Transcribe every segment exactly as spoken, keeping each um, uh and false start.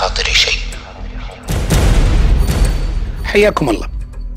خاطري شيء. حياكم الله،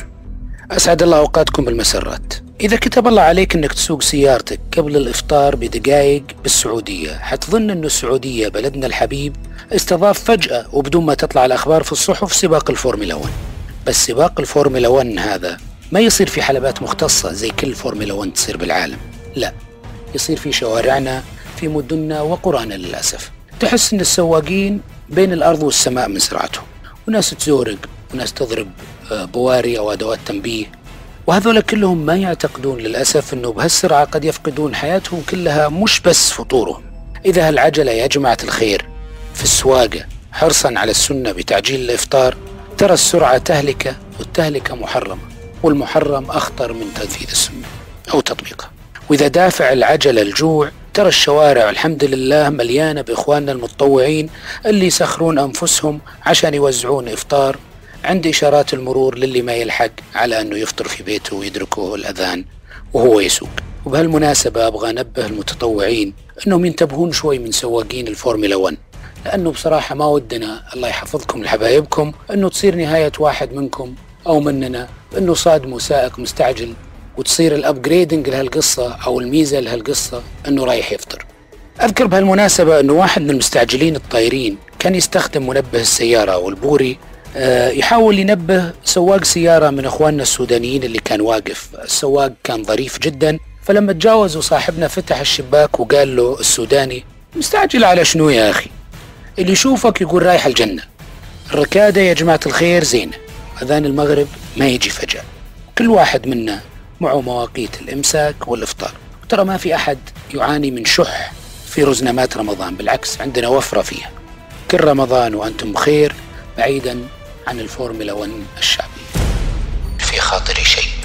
أسعد الله أوقاتكم بالمسرات. إذا كتب الله عليك أنك تسوق سيارتك قبل الإفطار بدقائق بالسعودية، حتظن أن السعودية بلدنا الحبيب استضاف فجأة وبدون ما تطلع الأخبار في الصحف سباق الفورمولا واحد. بس سباق الفورمولا واحد هذا ما يصير في حلبات مختصة زي كل فورمولا واحد تصير بالعالم، لا، يصير في شوارعنا، في مدننا وقرانا للأسف. تحس أن السواقين بين الأرض والسماء من سرعتهم، وناس تزورق وناس تضرب بواري أو أدوات تنبيه، وهذول كلهم ما يعتقدون للأسف أنه بهالسرعة قد يفقدون حياتهم كلها، مش بس فطورهم. إذا هالعجلة يا جماعة الخير في السواقة حرصا على السنة بتعجيل الإفطار، ترى السرعة تهلكة، والتهلكة محرمة، والمحرم أخطر من تنفيذ السنة أو تطبيقها. وإذا دافع العجلة الجوع، ترى الشوارع الحمد لله مليانة بإخواننا المتطوعين اللي يسخرون أنفسهم عشان يوزعون إفطار عند إشارات المرور للي ما يلحق على أنه يفطر في بيته ويدركه الأذان وهو يسوق. وبهالمناسبة أبغى أنبه المتطوعين أنهم ينتبهون شوي من سواقين الفورمولا واحد، لأنه بصراحة ما ودنا الله يحفظكم لحبايبكم أنه تصير نهاية واحد منكم أو مننا أنه صادموا سائق مستعجل، وتصير الأبجريدنج لهالقصة أو الميزة لهالقصة أنه رايح يفطر. أذكر بهالمناسبة أنه واحد من المستعجلين الطايرين كان يستخدم منبه السيارة والبوري، أه يحاول ينبه سواق سيارة من أخواننا السودانيين اللي كان واقف. السواق كان ظريف جدا، فلما تجاوزوا صاحبنا فتح الشباك وقال له السوداني: مستعجل على شنو يا أخي؟ اللي يشوفك يقول رايح الجنة. الركادة يا جماعة الخير زينة، أذان المغرب ما يجي فجأة، كل واحد منا معه مواقيت الإمساك والإفطار. ترى ما في أحد يعاني من شح في رزنامات رمضان، بالعكس عندنا وفرة فيها. كل رمضان وأنتم بخير، بعيدا عن الفورمولا واحد الشعبي. في خاطري شيء.